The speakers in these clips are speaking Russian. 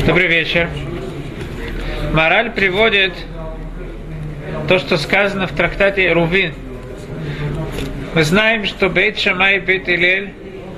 Добрый вечер. Мораль приводит то, что сказано в трактате Рувин. Мы знаем, что Бейт Шамай и Бейт Илель,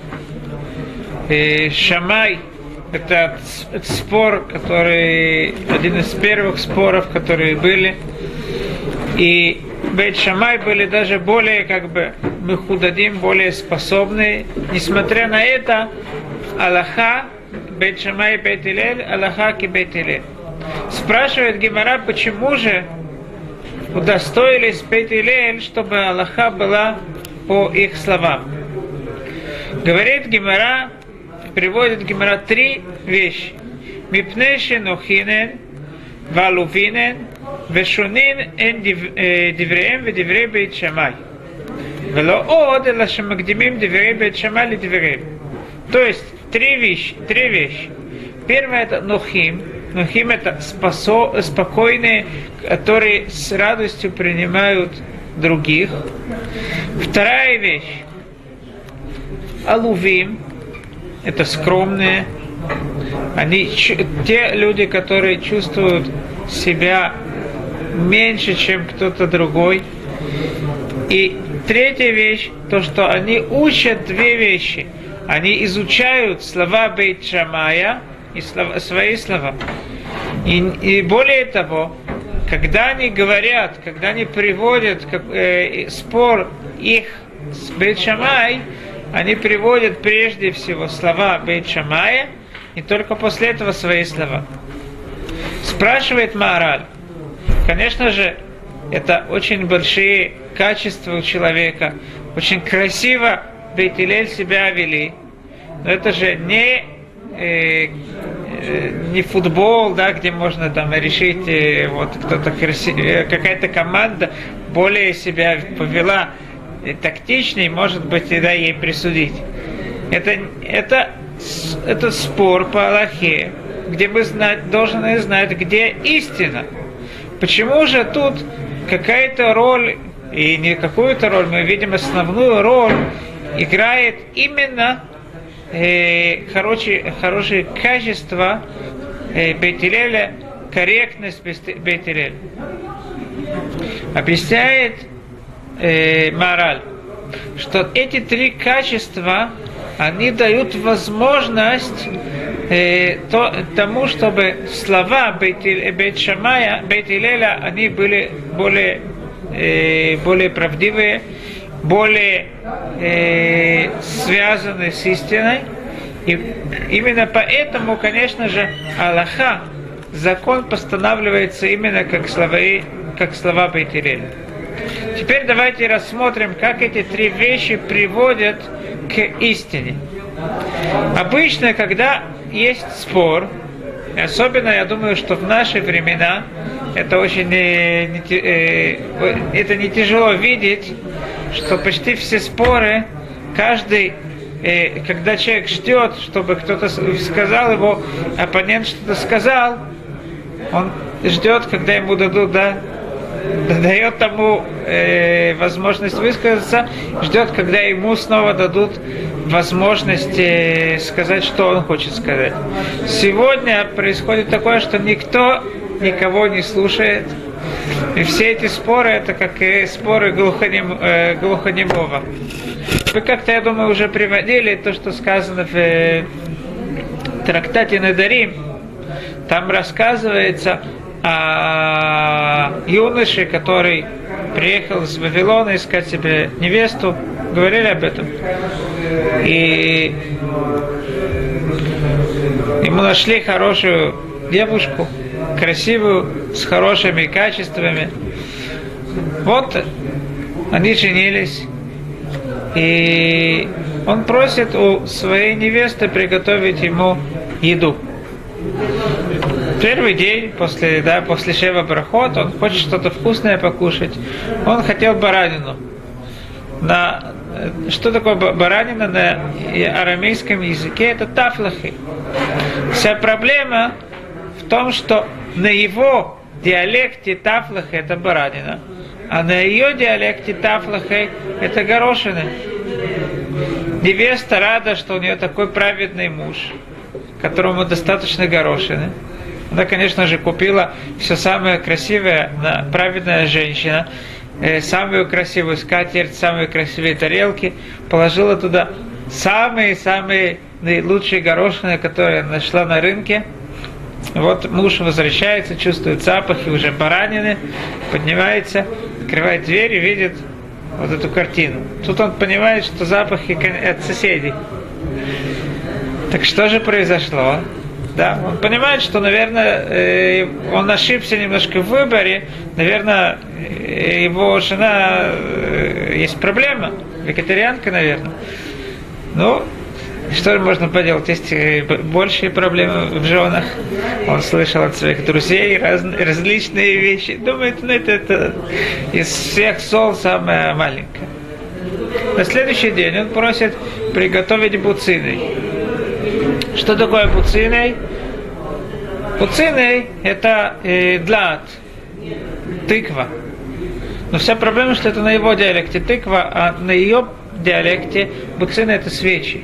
Шамай – это спор, который один из первых споров, которые были. И Бейт Шамай были даже более, мехудадим, более способные. Несмотря на это, Аллаха, Бейт Шамай и Бейт Илель, Аллаха ки Бейт Илель. Спрашивает Гемара, почему же удостоились Бейт Илель, чтобы Аллаха была по их словам. Говорит Гемара, приводит Гемара три вещи. Мипнеши нохинен, валувинен, вешунин эн дивреем, ведиврей Бейт Шамай. Вело од, ла шамагдимим диврей Бейт Шамай ли дивреем. То есть, три вещи. Первое это нохим. Нохим это спокойные, которые с радостью принимают других. Вторая вещь. Алувим. Это скромные. Они те люди, которые чувствуют себя меньше, чем кто-то другой. И третья вещь, то, что они учат две вещи. Они изучают слова Бейт Шамая и свои слова. И более того, когда они говорят, когда они приводят спор их с Бейт Шамай, они приводят прежде всего слова Бейт Шамая и только после этого свои слова. Спрашивает Маораль. Конечно же, это очень большие качества у человека. Очень красиво Бейт Илель себя вели. Но это же не футбол, да, где можно там решить, кто-то какая-то команда более себя повела тактичней, может быть, и да, ей присудить. Это спор по Аллахе, где мы должны знать, где истина. Почему же тут какая-то роль, и не какую-то роль, мы видим основную роль, играет именно хорошие качества Бейт Илеля, корректность Бейт Илеля. Объясняет Маораль, что эти три качества, они дают возможность тому, чтобы слова Бейт Шамая, Бейт Илеля, они были более правдивые, более связаны с истиной. И именно поэтому, конечно же, Аллаха, закон постанавливается именно как слова Бейт Илеля. Теперь давайте рассмотрим, как эти три вещи приводят к истине. Обычно, когда есть спор, особенно, я думаю, что в наши времена, это очень это не тяжело видеть, что почти все споры, когда человек ждет, чтобы кто-то сказал, его оппонент что-то сказал, он ждет, когда ему дадут, дает тому возможность высказаться, ждет, когда ему снова дадут возможность сказать, что он хочет сказать. Сегодня происходит такое, что никто никого не слушает. И все эти споры, это как споры глухонемого. Вы как-то, я думаю, уже приводили то, что сказано в трактате Недарим. Там рассказывается о юноше, который приехал из Вавилона искать себе невесту. Говорили об этом. И ему нашли хорошую девушку, красивую, с хорошими качествами. Вот они женились. И он просит у своей невесты приготовить ему еду. Первый день после Шева Брахот он хочет что-то вкусное покушать. Он хотел баранину. Что такое баранина на арамейском языке? Это тафлахи. Вся проблема в том, что на его диалекте тафлахи это баранина, а на ее диалекте тафлахи это горошины. Невеста рада, что у нее такой праведный муж. которому достаточно горошины. Она, конечно же, купила все самое красивое, праведная женщина, самую красивую скатерть, самые красивые тарелки, положила туда самые-самые наилучшие горошины, которые нашла на рынке. Вот муж возвращается, чувствует запахи уже баранины, поднимается, открывает дверь и видит вот эту картину. Тут он понимает, что запахи от соседей. Так что же произошло? Да, он понимает, что, наверное, он ошибся немножко в выборе. Наверное, его жена есть проблема, вегетарианка, наверное. Ну, что же можно поделать? Есть большие проблемы в женах. Он слышал от своих друзей различные вещи. Думает, это из всех зол самое маленькое. На следующий день он просит приготовить буцины. Что такое буцины? Буцины – это длат, тыква. Но вся проблема, что это на его диалекте тыква, а на ее диалекте буцины – это свечи.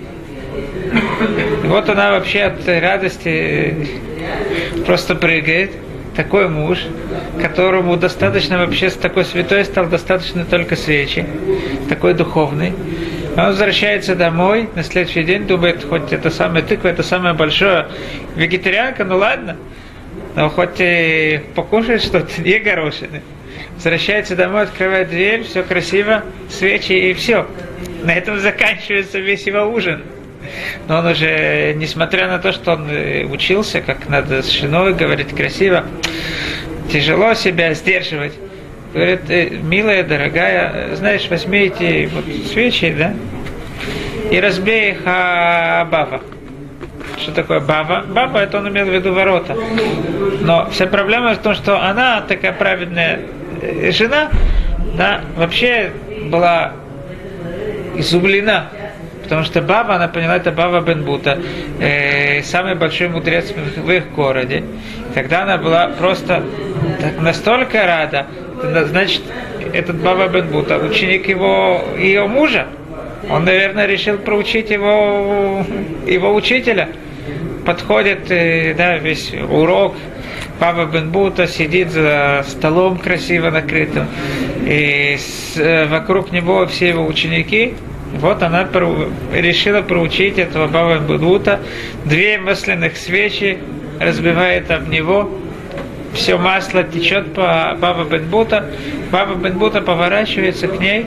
И вот она вообще от радости просто прыгает. Такой муж, которому достаточно вообще, такой святой стал, достаточно только свечи, такой духовный. Он возвращается домой, на следующий день думает, хоть это самая тыква, это самое большое. Вегетарианка, ну ладно, но хоть и покушает что-то, не горошины. Возвращается домой, открывает дверь, все красиво, свечи и все. На этом заканчивается весь его ужин. Но он уже, несмотря на то, что он учился, как надо с женой говорить красиво, тяжело себя сдерживать. Говорит, милая, дорогая, знаешь, возьми эти вот свечи, да, и разбей их о бава. Что такое бава? Бава, это он имел в виду ворота. Но вся проблема в том, что она, такая праведная жена, да, вообще была изумлена. Потому что Бава, она поняла, это Бава бен Бута, самый большой мудрец в их городе. Тогда она была просто настолько рада, значит, этот Бава бен Бута, ученик ее мужа, он, наверное, решил проучить его учителя. Подходит, да, весь урок, Бава бен Бута сидит за столом красиво накрытым, и вокруг него все его ученики. Вот она решила проучить этого Бава бен Бута. 2 масляных свечи разбивает об него. Все масло течет по Бава бен Бута. Бава бен Бута поворачивается к ней.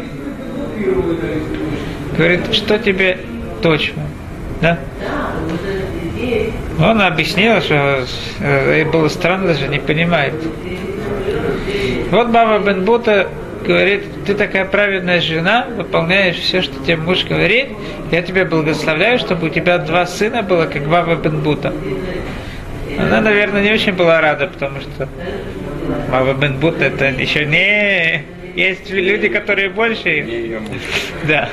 Говорит, что тебе точно? Да? Он объяснил, что ей было странно, даже не понимает. Вот Бава бен Бута говорит, ты такая праведная жена, выполняешь все, что тебе муж говорит, я тебя благословляю, чтобы у тебя 2 сына было, как Бава бен Бута. Она, наверное, не очень была рада, потому что Бава бен Бута это еще не... Есть люди, которые больше... Да.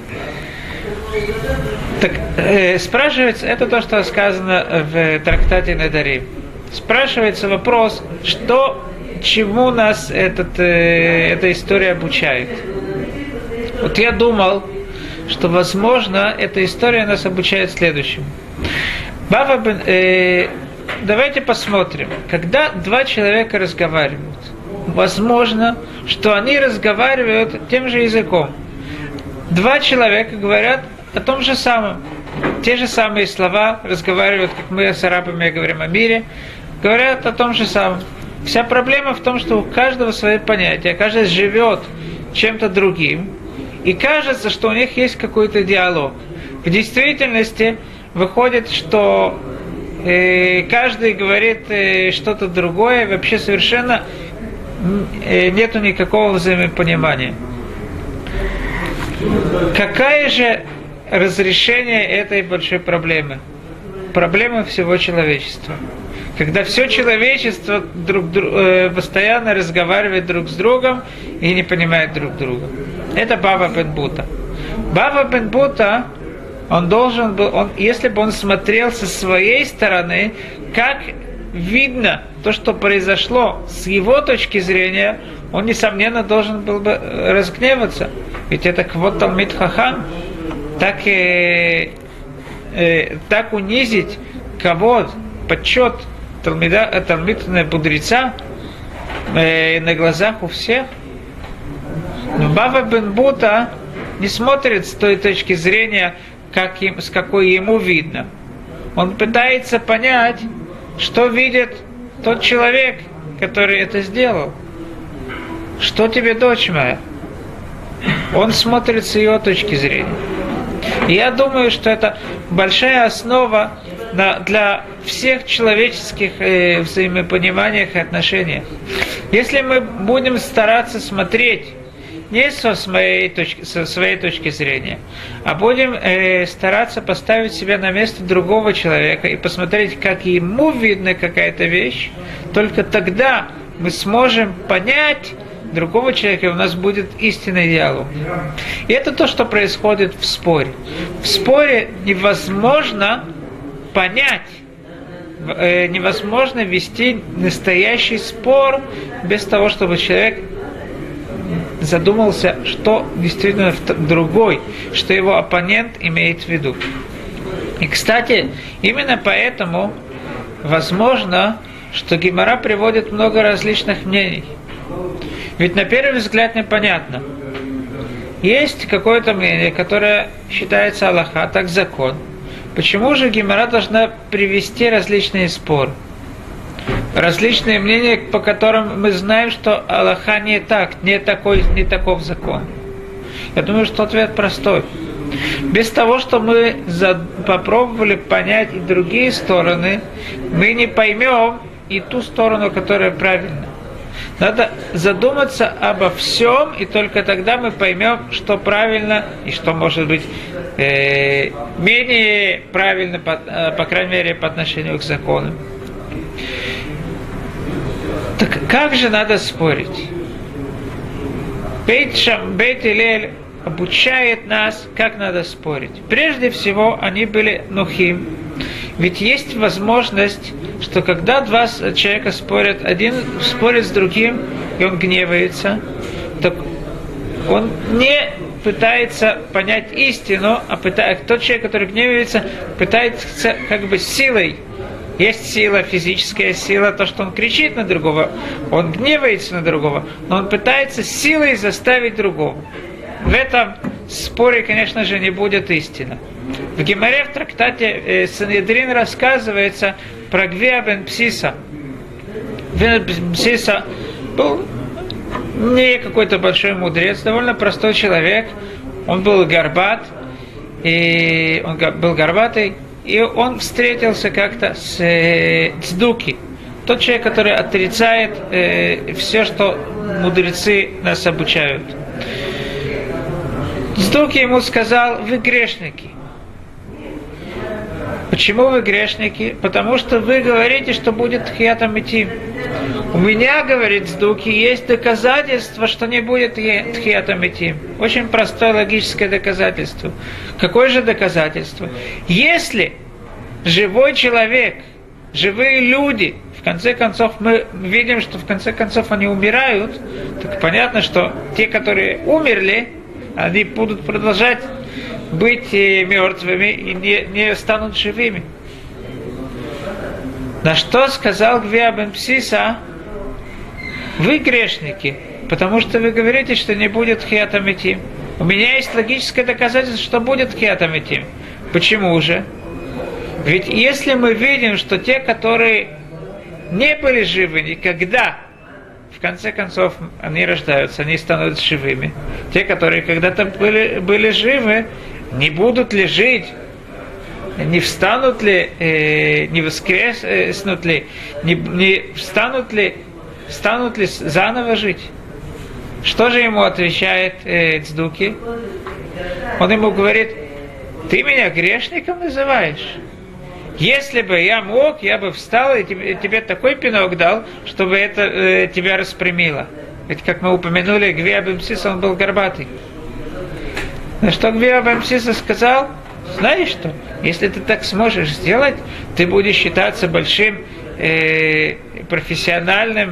Так, спрашивается, это то, что сказано в трактате Недарим. Спрашивается вопрос, чему нас эта история обучает. Вот я думал, что, возможно, эта история нас обучает следующему. Давайте посмотрим. Когда 2 человека разговаривают, возможно, что они разговаривают тем же языком. 2 человека говорят о том же самом. Те же самые слова, разговаривают, как мы с арабами говорим о мире, говорят о том же самом. Вся проблема в том, что у каждого свои понятия, каждый живет чем-то другим, и кажется, что у них есть какой-то диалог. В действительности выходит, что каждый говорит что-то другое, и вообще совершенно нету никакого взаимопонимания. Какое же разрешение этой большой проблемы? Проблема всего человечества. Когда все человечество постоянно разговаривает друг с другом и не понимает друг друга. Это Бава бен Бута. Бава бен Бута, он должен был, если бы он смотрел со своей стороны, как видно то, что произошло с его точки зрения, он, несомненно, должен был бы разгневаться. Ведь это квот Талмид Хахам, так унизить кавод, почет талмида мудреца на глазах у всех. Но Бава бен Бута не смотрит с той точки зрения, с какой ему видно. Он пытается понять, что видит тот человек, который это сделал. Что тебе, дочь моя? Он смотрит с ее точки зрения. И я думаю, что это большая основа для всех человеческих взаимопониманиях и отношениях. Если мы будем стараться смотреть не со своей точки зрения, а будем стараться поставить себя на место другого человека и посмотреть, как ему видна какая-то вещь, только тогда мы сможем понять другого человека, и у нас будет истинный диалог. И это то, что происходит в споре. В споре невозможно понять, невозможно вести настоящий спор без того, чтобы человек задумался, что действительно другой, что его оппонент имеет в виду. И, кстати, именно поэтому возможно, что Гемара приводит много различных мнений. Ведь на первый взгляд непонятно. Есть какое-то мнение, которое считается алаха, так закон. Почему же Гемара должна привести различные споры? Различные мнения, по которым мы знаем, что алаха не так, не таков закон. Я думаю, что ответ простой. Без того, что мы попробовали понять и другие стороны, мы не поймем и ту сторону, которая правильна. Надо задуматься обо всем, и только тогда мы поймем, что правильно и что может быть менее правильно, по крайней мере, по отношению к закону. Так как же надо спорить? Бейт Илель обучает нас, как надо спорить. Прежде всего, они были нухим. Ведь есть возможность, что когда два человека спорят, один спорит с другим, и он гневается, так он не пытается понять истину, а тот человек, который гневается, пытается как бы силой. Есть сила, физическая сила, то, что он кричит на другого, он гневается на другого, но он пытается силой заставить другого. В этом споре, конечно же, не будет истины. В Гемаре в трактате Санедрин рассказывается про Гвия бен Псиса. Гвия бен Псиса был не какой-то большой мудрец, довольно простой человек. Он был горбат, и он был горбатый, и он встретился как-то с цдуки. Тот человек, который отрицает все, что мудрецы нас обучают. Цдуки ему сказал: вы грешники. Почему вы грешники? Потому что вы говорите, что будет тхият амитим. У меня, говорит Цдуки, есть доказательство, что не будет тхият амитим. Очень простое логическое доказательство. Какое же доказательство? Если живой человек, живые люди, в конце концов мы видим, что в конце концов они умирают, так понятно, что те, которые умерли, они будут продолжать быть мертвыми и не станут живыми. На что сказал Гвия бен Псиса: вы грешники, потому что вы говорите, что не будет тхият амитим. У меня есть логическое доказательство, что будет тхият амитим. Почему же? Ведь если мы видим, что те, которые не были живы никогда, в конце концов они рождаются, они становятся живыми. Те, которые когда-то были живы, не будут ли жить, не встанут ли, не воскреснут ли, не станут ли заново жить. Что же ему отвечает Цдуки? Он ему говорит: ты меня грешником называешь? Если бы я мог, я бы встал и тебе такой пинок дал, чтобы это тебя распрямило. Ведь, как мы упомянули, Гвия бен Псиса, он был горбатый. На что Гвия бен Псиса сказал: знаешь что, если ты так сможешь сделать, ты будешь считаться большим профессиональным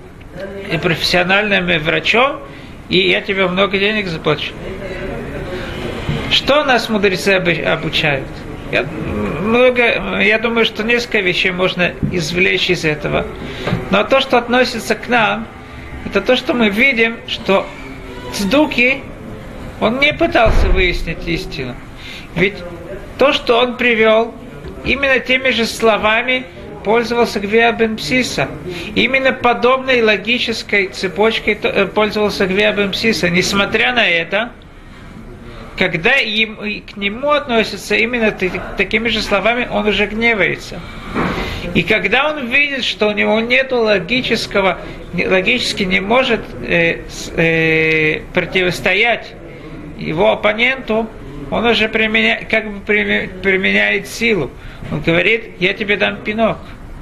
врачом, и я тебе много денег заплачу. Что нас мудрецы обучают? Я думаю, что несколько вещей можно извлечь из этого. Но то, что относится к нам, это то, что мы видим, что Цдуки, он не пытался выяснить истину. Ведь то, что он привел, именно теми же словами пользовался Гвиа бен Псиса. Именно подобной логической цепочкой пользовался Гвиа бен Псиса. Несмотря на это, когда к нему относятся именно такими же словами, он уже гневается. И когда он видит, что у него нет логически не может противостоять его оппоненту, он уже применяет силу. Он говорит: я тебе дам пинок.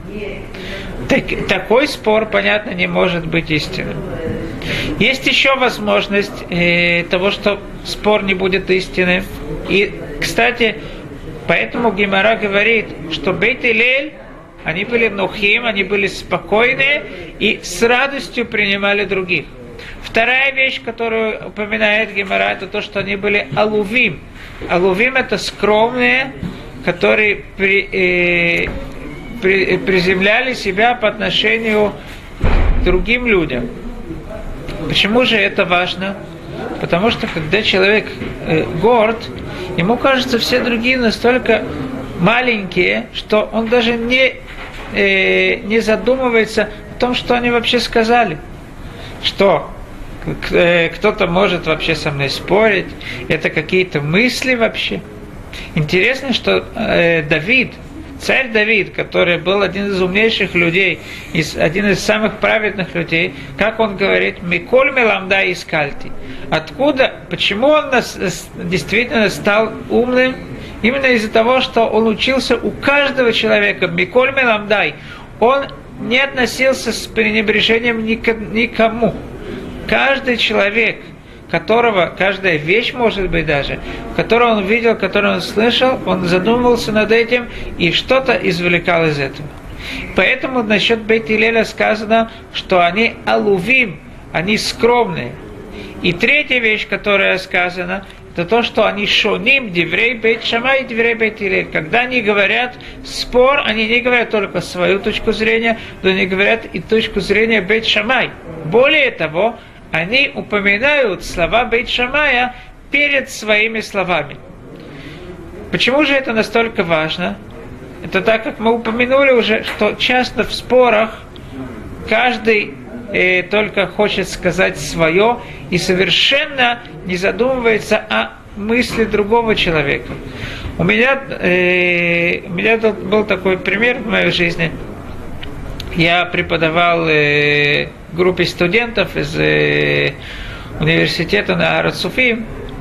Такой спор, понятно, не может быть истинным. Есть еще возможность того, что спор не будет истинным. И, кстати, поэтому Гемара говорит, что Бейт Илель, они были нухим, они были спокойные и с радостью принимали других. Вторая вещь, которую упоминает Гемара, это то, что они были алувим. Алувим – это скромные, которые приземляли себя по отношению к другим людям. Почему же это важно? Потому что когда человек горд, ему кажется, все другие настолько маленькие, что он даже не задумывается о том, что они вообще сказали. Что кто-то может вообще со мной спорить, это какие-то мысли вообще. Интересно, что царь Давид, который был один из умнейших людей, один из самых праведных людей, как он говорит, «Миколь меламда искальти». Почему он действительно стал умным? Именно из-за того, что он учился у каждого человека, «Миколь меламдай». Он не относился с пренебрежением никому. Каждый человек, каждая вещь, может быть даже, которую он видел, которую он слышал, он задумывался над этим и что-то извлекал из этого. Поэтому насчет Бейт Илеля сказано, что они алувим, они скромные. И третья вещь, которая сказана, это то, что они шоним, диврей Бейт Шамай и диврей Бейт Илель. Когда они говорят спор, они не говорят только свою точку зрения, но они говорят и точку зрения Бейт Шамай. Более того, они упоминают слова Бейт Шамая перед своими словами. Почему же это настолько важно? Это так, как мы упомянули уже, что часто в спорах каждый только хочет сказать свое и совершенно не задумывается о мысли другого человека. У меня тут был такой пример в моей жизни. Я преподавал группе студентов из университета на Ар-Цуфим,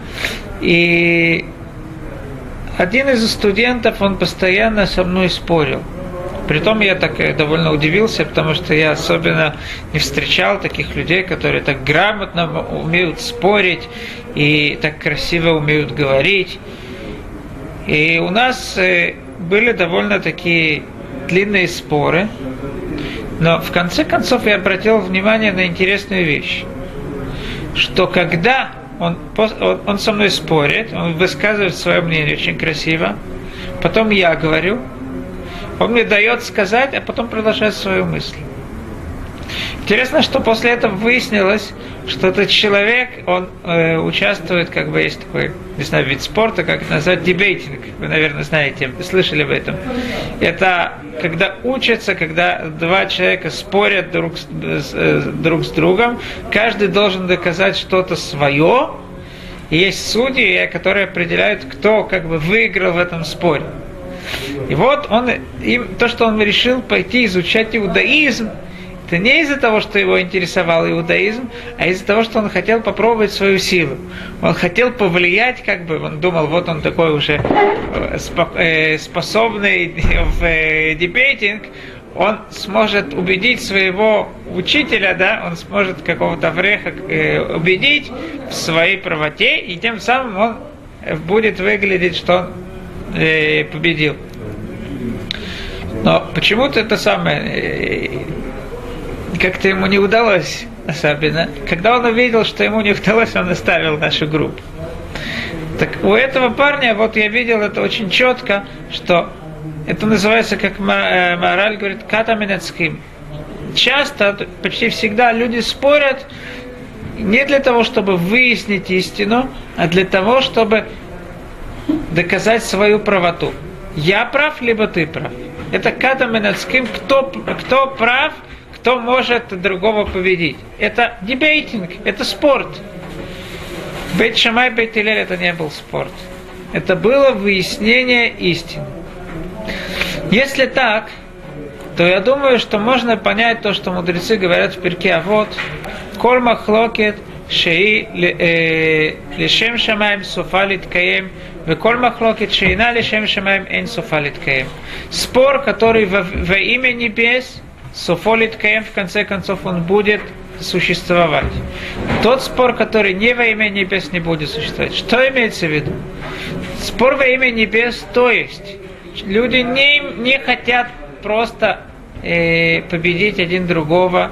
и один из студентов, он постоянно со мной спорил. Притом я так довольно удивился, потому что я особенно не встречал таких людей, которые так грамотно умеют спорить и так красиво умеют говорить. И у нас были довольно такие длинные споры. Но в конце концов я обратил внимание на интересную вещь, что когда он со мной спорит, он высказывает свое мнение очень красиво, потом я говорю, он мне дает сказать, а потом продолжает свою мысль. Интересно, что после этого выяснилось, что этот человек, он участвует, есть такой, не знаю, вид спорта, как это назвать, дебейтинг. Вы, наверное, знаете, слышали об этом. Это когда учатся, когда два человека спорят друг с другом, каждый должен доказать что-то свое. И есть судьи, которые определяют, кто выиграл в этом споре. И вот то, что он решил пойти изучать иудаизм, это не из-за того, что его интересовал иудаизм, а из-за того, что он хотел попробовать свою силу. Он хотел повлиять, он думал, вот он такой уже способный в дебейтинг, он сможет убедить своего учителя, он сможет какого-то авреха убедить в своей правоте, и тем самым он будет выглядеть, что он победил. Но почему-то это самое как-то ему не удалось особенно. Когда он увидел, что ему не удалось, он оставил нашу группу. Так у этого парня, вот я видел это очень четко, что это называется, как Маораль говорит, катаминецким. Часто, почти всегда люди спорят не для того, чтобы выяснить истину, а для того, чтобы доказать свою правоту. Я прав, либо ты прав. Это катаминецким, кто прав, кто может другого победить. Это дебейтинг, это спорт. Бейт Шамай, Бейт Илель это не был спорт. Это было выяснение истины. Если так, то я думаю, что можно понять то, что мудрецы говорят в Пиркей Авот. Коль махлокет шеи лешем шамаем софа литкаем, веколь махлокет шеина лешем шамаем эйн софа литкаем. Спор, который во имя небес, софа литкаем, в конце концов он будет существовать. Тот спор, который не во имя небес, не будет существовать. Что имеется в виду? Спор во имя небес, то есть люди не хотят просто победить один другого.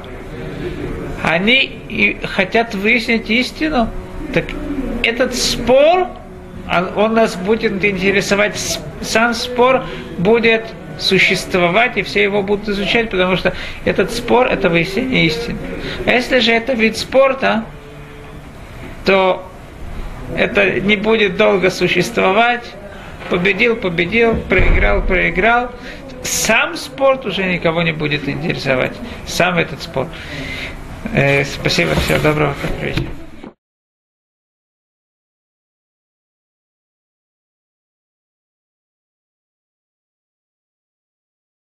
Они хотят выяснить истину. Так этот спор, он нас будет интересовать. Сам спор будет существовать, и все его будут изучать, потому что этот спор – это выяснение истины. А если же это вид спорта, то это не будет долго существовать. Победил, проиграл. Сам спорт уже никого не будет интересовать. Сам этот спорт. Спасибо, всего доброго, как вечер.